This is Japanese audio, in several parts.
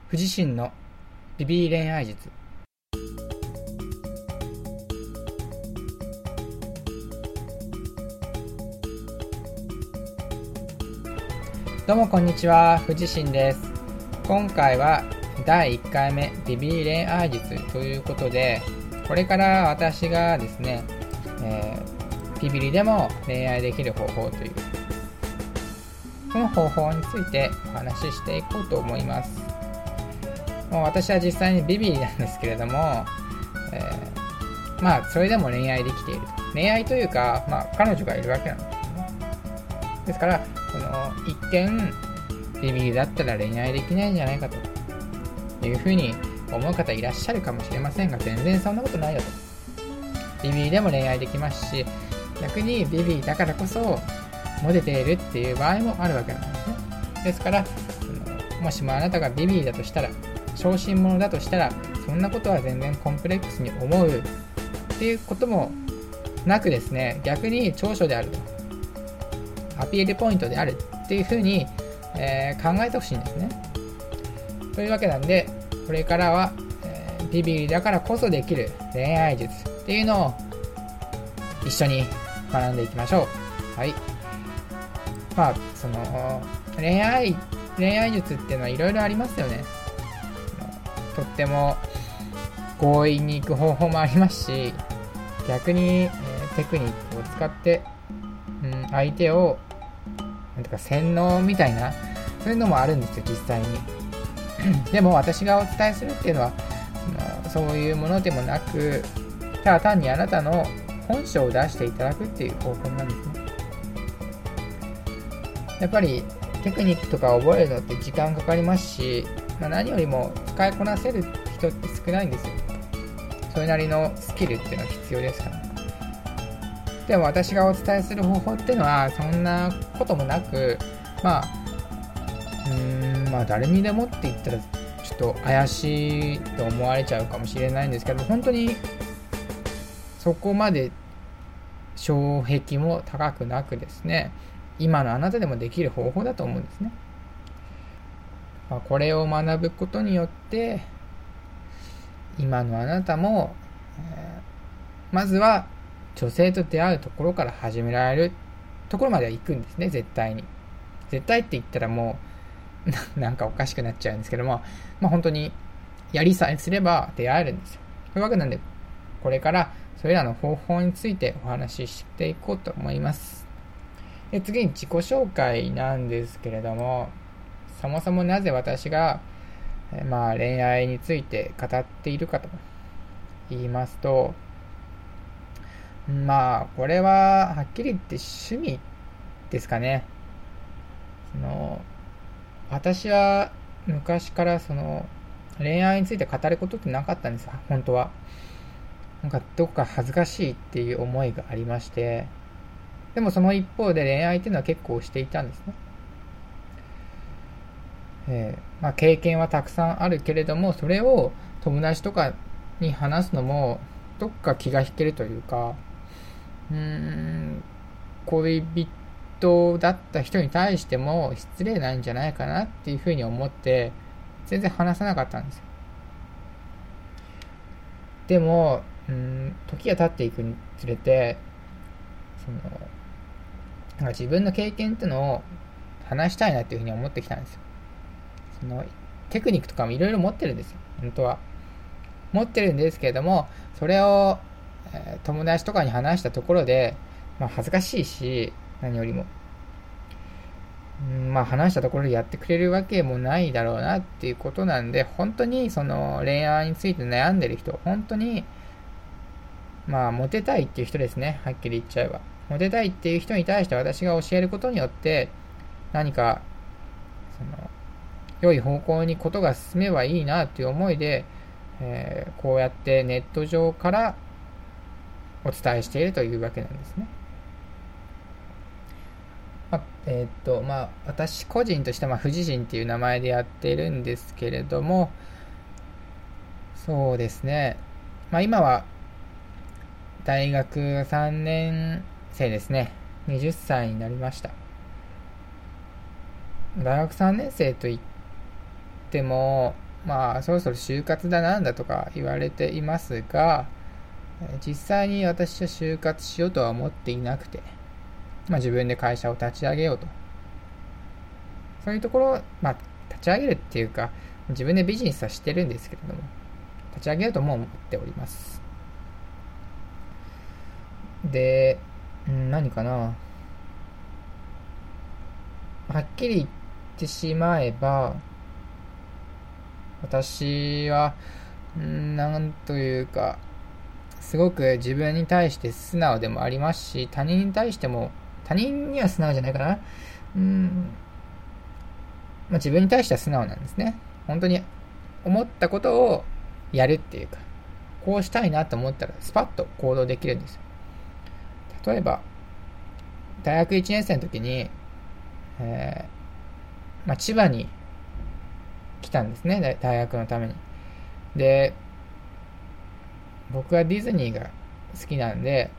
不自身のビビり恋愛術。どうもこんにちは、不自身です。今回は第1回目ビビり恋愛術ということで、これから私がですね、ビビりでも恋愛できる方法というその方法についてお話ししていこうと思います。もう私は実際にビビりなんですけれども、それでも恋愛できていると。恋愛というか、彼女がいるわけなんですね。ですからその一見ビビりだったら恋愛できないんじゃないかというふうに思う方いらっしゃるかもしれませんが、全然そんなことないよと。ビビりでも恋愛できますし、逆にビビりだからこそモテているっていう場合もあるわけなんですね。ですからもしもあなたがビビりだとしたら、小心者だとしたら、そんなことは全然コンプレックスに思うっていうこともなくですね、逆に長所であると、アピールポイントであるっていうふうに、考えてほしいんですね。というわけなんで、これからは、ビビりだからこそできる恋愛術っていうのを一緒に学んでいきましょう。はい。その恋愛術っていうのはいろいろありますよね。とっても強引に行く方法もありますし、逆に、テクニックを使って、相手をなんとか洗脳みたいな、そういうのもあるんですよ、実際に。でも私がお伝えするっていうのはそういうものでもなく、ただ単にあなたの本性を出していただくっていう方法なんですね。やっぱりテクニックとか覚えるのって時間かかりますし、何よりも使いこなせる人って少ないんですよ。それなりのスキルっていうのは必要ですから。でも私がお伝えする方法っていうのはそんなこともなく、誰にでもって言ったらちょっと怪しいと思われちゃうかもしれないんですけど、本当にそこまで障壁も高くなくですね、今のあなたでもできる方法だと思うんですね。これを学ぶことによって今のあなたも、まずは女性と出会うところから始められるところまでは行くんですね。絶対に。絶対って言ったらもうなんかおかしくなっちゃうんですけども、本当にやりさえすれば出会えるんですよ。というわけなんで、これからそれらの方法についてお話ししていこうと思います。で、次に自己紹介なんですけれども、そもそもなぜ私が、恋愛について語っているかと言いますと、これははっきり言って趣味ですかね。私は昔から恋愛について語ることってなかったんですよ、本当は。どこか恥ずかしいっていう思いがありまして、でもその一方で恋愛っていうのは結構していたんですね。経験はたくさんあるけれども、それを友達とかに話すのもどっか気が引けるというか、恋人だった人に対しても失礼なんじゃないかなっていうふうに思って全然話さなかったんですよ。でも時が経っていくにつれて、自分の経験っていうのを話したいなっていうふうに思ってきたんですよ。テクニックとかもいろいろ持ってるんですよ。本当は持ってるんですけれども、それを、友達とかに話したところで、恥ずかしいし、何よりも話したところでやってくれるわけもないだろうなっていうことなんで、本当にその恋愛について悩んでる人、本当にモテたいっていう人ですね。はっきり言っちゃえばモテたいっていう人に対して私が教えることによって何か良い方向にことが進めばいいなという思いで、こうやってネット上からお伝えしているというわけなんですね。私個人としては不自身っていう名前でやっているんですけれども、そうですね、今は大学3年生ですね。20歳になりました。大学3年生といってもそろそろ就活だなんだとか言われていますが、実際に私は就活しようとは思っていなくて、自分で会社を立ち上げようと。そういうところ、立ち上げるっていうか、自分でビジネスはしてるんですけれども、立ち上げようとも思っております。で、何かな。はっきり言ってしまえば、私は、なんというか、すごく自分に対して素直でもありますし、他人に対しても、他人には素直じゃないかな。自分に対しては素直なんですね。本当に思ったことをやるっていうか、こうしたいなと思ったらスパッと行動できるんですよ。例えば、大学1年生の時に、千葉に来たんですね、大学のために。で、僕はディズニーが好きなんで、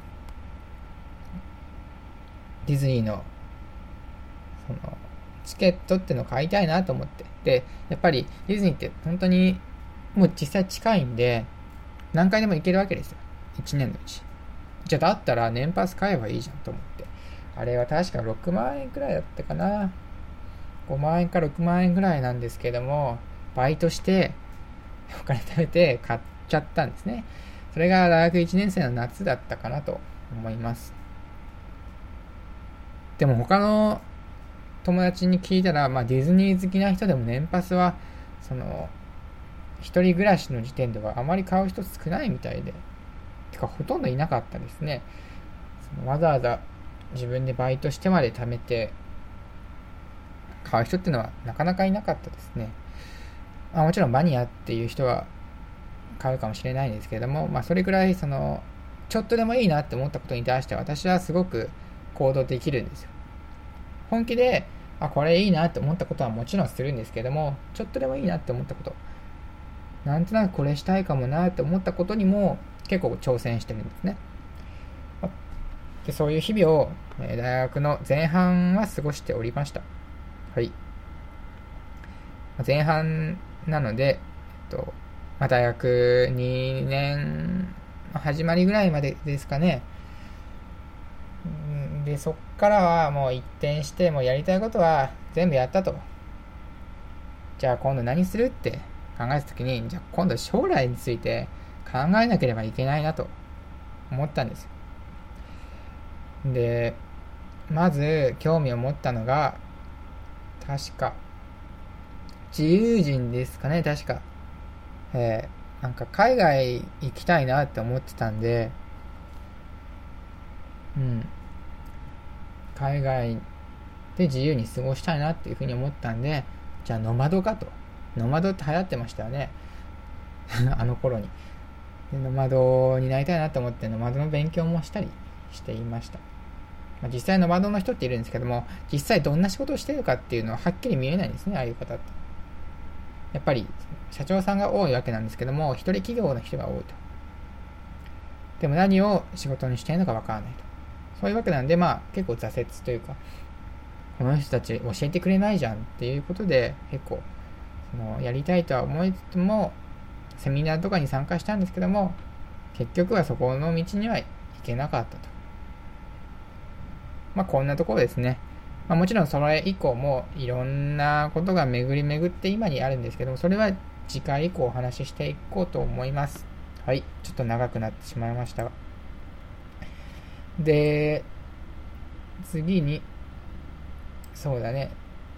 ディズニーのそのチケットってのを買いたいなと思って。で、やっぱりディズニーって本当にもう実際近いんで、何回でも行けるわけですよ。1年のうち。じゃあだったら年パス買えばいいじゃんと思って。あれは確か6万円くらいだったかな。5万円か6万円くらいなんですけども、バイトしてお金貯めて買っちゃったんですね。それが大学1年生の夏だったかなと思います。でも他の友達に聞いたら、ディズニー好きな人でも年パスは一人暮らしの時点ではあまり買う人少ないみたいで、てかほとんどいなかったですね。わざわざ自分でバイトしてまで貯めて買う人っていうのはなかなかいなかったですね。もちろんマニアっていう人は買うかもしれないんですけれども、それくらいちょっとでもいいなって思ったことに対して私はすごく行動できるんですよ。本気でこれいいなって思ったことはもちろんするんですけれども、ちょっとでもいいなって思ったこと、なんとなくこれしたいかもなって思ったことにも結構挑戦してるんですね。で、そういう日々を大学の前半は過ごしておりました。はい。前半なので、大学2年始まりぐらいまでですかね。で、そっからはもう一転して、もうやりたいことは全部やったと。じゃあ今度何するって考えたときに、じゃあ今度将来について考えなければいけないなと思ったんですよ。で、まず興味を持ったのが、確か自由人ですかね、確か。なんか海外行きたいなって思ってたんで、海外で自由に過ごしたいなっていうふうに思ったんで、じゃあノマドかと。ノマドって流行ってましたよね。あの頃に。で、ノマドになりたいなと思ってノマドの勉強もしたりしていました。実際ノマドの人っているんですけども、実際どんな仕事をしているかっていうのははっきり見えないんですね、ああいう方って。やっぱり社長さんが多いわけなんですけども、一人企業の人が多いと。でも何を仕事にしているのかわからないと。そういうわけなんで、結構挫折というか、この人たち教えてくれないじゃんっていうことで、結構やりたいとは思いつつも、セミナーとかに参加したんですけども、結局はそこの道には行けなかったと。こんなところですね。もちろんそれ以降もいろんなことが巡り巡って今にあるんですけども、それは次回以降お話ししていこうと思います。はい、ちょっと長くなってしまいましたが。で、次に、そうだね、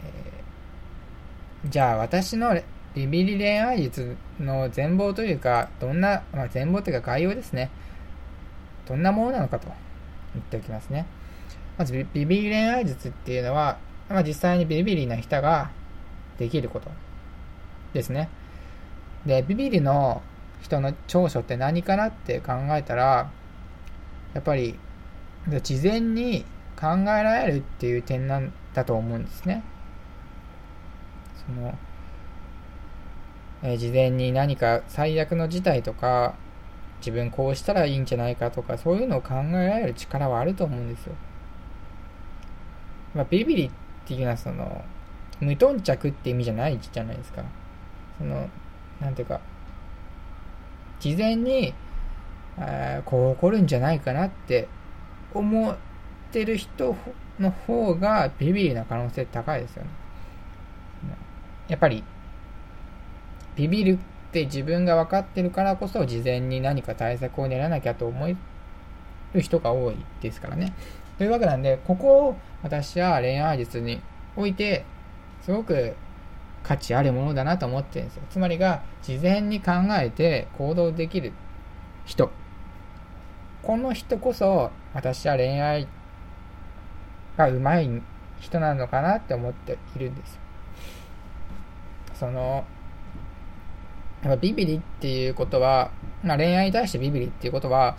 じゃあ私のビビリ恋愛術の全貌というか、全貌というか概要ですね。どんなものなのかと言っておきますね。まずビビリ恋愛術っていうのは、実際にビビリな人ができることですね。で、ビビリの人の長所って何かなって考えたら、やっぱり事前に考えられるっていう点なんだと思うんですね。事前に何か最悪の事態とか、自分こうしたらいいんじゃないかとか、そういうのを考えられる力はあると思うんですよ。ビビリっていうのは無頓着って意味じゃないじゃないですか。 なんていうか、事前にこう起こるんじゃないかなって思ってる人の方がビビりな可能性高いですよね。やっぱりビビるって自分が分かってるからこそ、事前に何か対策を練らなきゃと思う人が多いですからね。というわけなんで、ここを私は恋愛術においてすごく価値あるものだなと思ってるんですよ。つまりが、事前に考えて行動できる人、この人こそ私は恋愛が上手い人なのかなって思っているんですよ。ビビリっていうことは、恋愛に対してビビリっていうことは、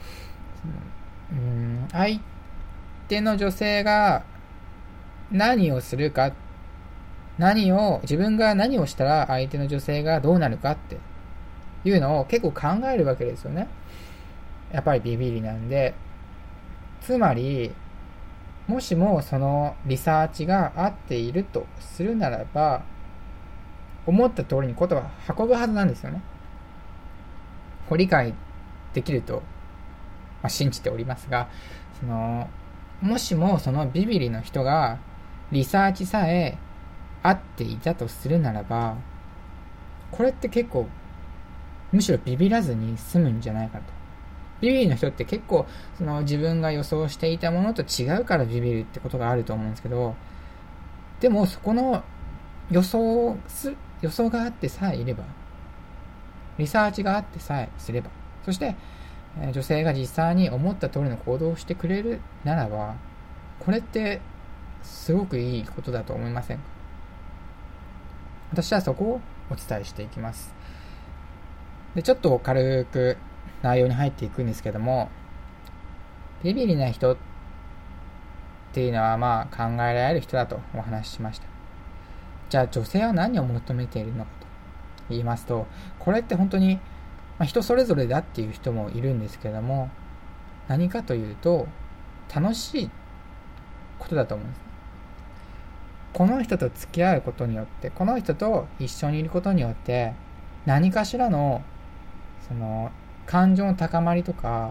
相手の女性が何をするか、自分が何をしたら相手の女性がどうなるかっていうのを結構考えるわけですよね。やっぱりビビリなんで。つまり、もしもそのリサーチが合っているとするならば、思った通りにことは運ぶはずなんですよね。ご理解できると、信じておりますが、もしもそのビビリの人がリサーチさえ合っていたとするならば、これって結構むしろビビらずに済むんじゃないかと。ビビリの人って結構自分が予想していたものと違うからビビるってことがあると思うんですけど、でもそこの予想があってさえいれば、リサーチがあってさえすれば、そして女性が実際に思った通りの行動をしてくれるならば、これってすごくいいことだと思いませんか？私はそこをお伝えしていきます。で、ちょっと軽く内容に入っていくんですけども、ビビリな人っていうのは考えられる人だとお話ししました。じゃあ女性は何を求めているのかと言いますと、これって本当に人それぞれだっていう人もいるんですけれども、何かというと楽しいことだと思うんです。この人と付き合うことによって、この人と一緒にいることによって、何かしらの感情の高まりとか、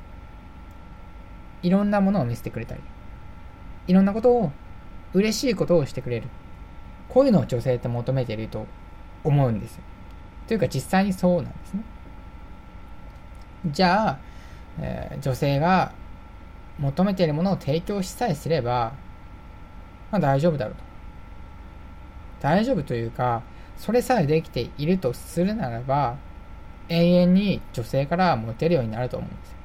いろんなものを見せてくれたり、いろんなことを、嬉しいことをしてくれる、こういうのを女性って求めていると思うんですよ。というか実際にそうなんですね。じゃあ、女性が求めているものを提供しさえすれば、大丈夫だろうと。大丈夫というか、それさえできているとするならば、永遠に女性からモテるようになると思うんですよ。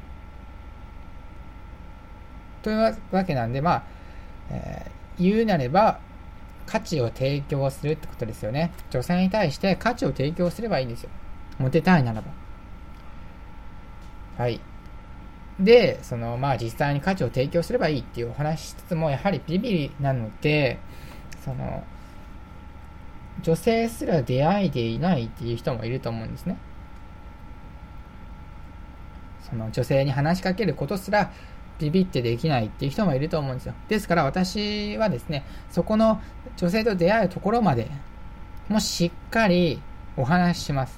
というわけなんで、言うなれば価値を提供するってことですよね。女性に対して価値を提供すればいいんですよ。モテたいならば。はい。で、実際に価値を提供すればいいっていうお話しつつも、やはりビビりなので、女性すら出会いでいないっていう人もいると思うんですね。女性に話しかけることすらビビってできないっていう人もいると思うんですよ。ですから私はですね、そこの女性と出会うところまでもしっかりお話しします。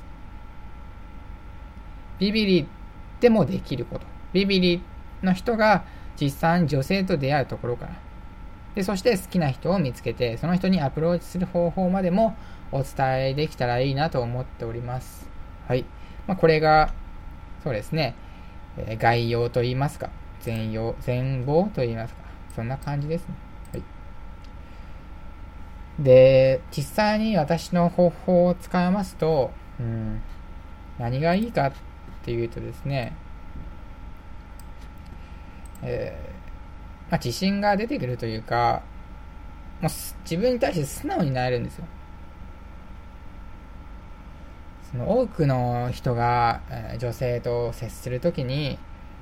ビビリでもできること、ビビリの人が実際に女性と出会うところから、でそして好きな人を見つけて、その人にアプローチする方法までもお伝えできたらいいなと思っております。はい。これがそうですね、概要と言いますか、全貌と言いますか、そんな感じですね。はい。で、実際に私の方法を使いますと、何がいいかっていうとですね、自信が出てくるというか、自分に対して素直になれるんですよ。多くの人が女性と接するときに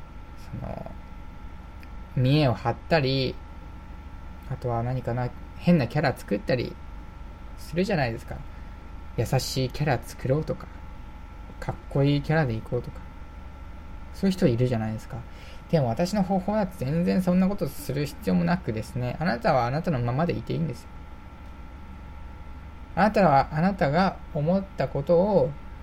見栄を張ったり、あとは変なキャラ作ったりするじゃないですか。優しいキャラ作ろうとか、かっこいいキャラでいこうとか、そういう人いるじゃないですか。でも私の方法だと全然そんなことする必要もなくですね、あなたはあなたのままでいていいんですよ。あなたはあなたが思ったことを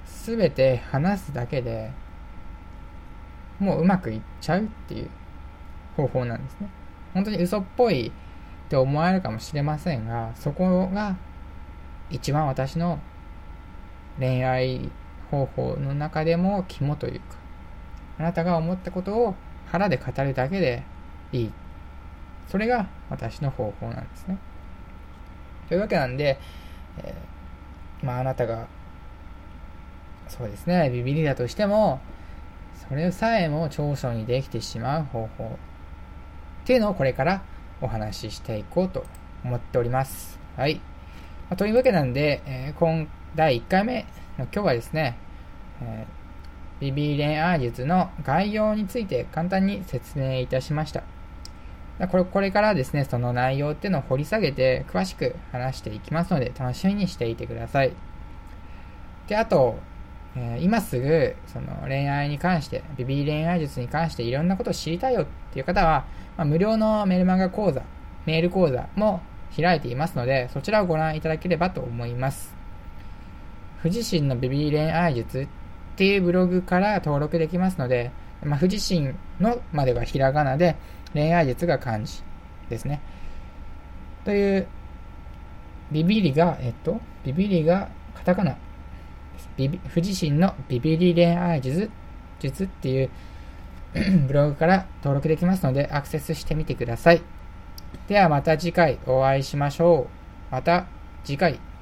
全て話すだけでもううまくいっちゃうっていう方法なんですね。本当に嘘っぽいって思われるかもしれませんが、そこが一番私の恋愛方法の中でも肝というか、あなたが思ったことを腹で語るだけでいい、それが私の方法なんですね。というわけなんで、あなたがそうですね、ビビりだとしても、それさえも長所にできてしまう方法っていうのをこれからお話ししていこうと思っております。はい。というわけなんで、第1回目の今日はですね、ビビり恋愛術の概要について簡単に説明いたしました。これからですね、その内容っていうのを掘り下げて詳しく話していきますので、楽しみにしていてください。で、あと、今すぐその恋愛に関して、ビビり恋愛術に関していろんなことを知りたいよっていう方は、無料のメルマガ講座、メール講座も開いていますので、そちらをご覧いただければと思います。富士心のビビり恋愛術っていうブログから登録できますので、富士心のまでがひらがなで、恋愛術が漢字ですね。という、ビビリがカタカナ。富士心のビビり恋愛術っていうブログから登録できますのでアクセスしてみてください。ではまた次回お会いしましょう。また次回。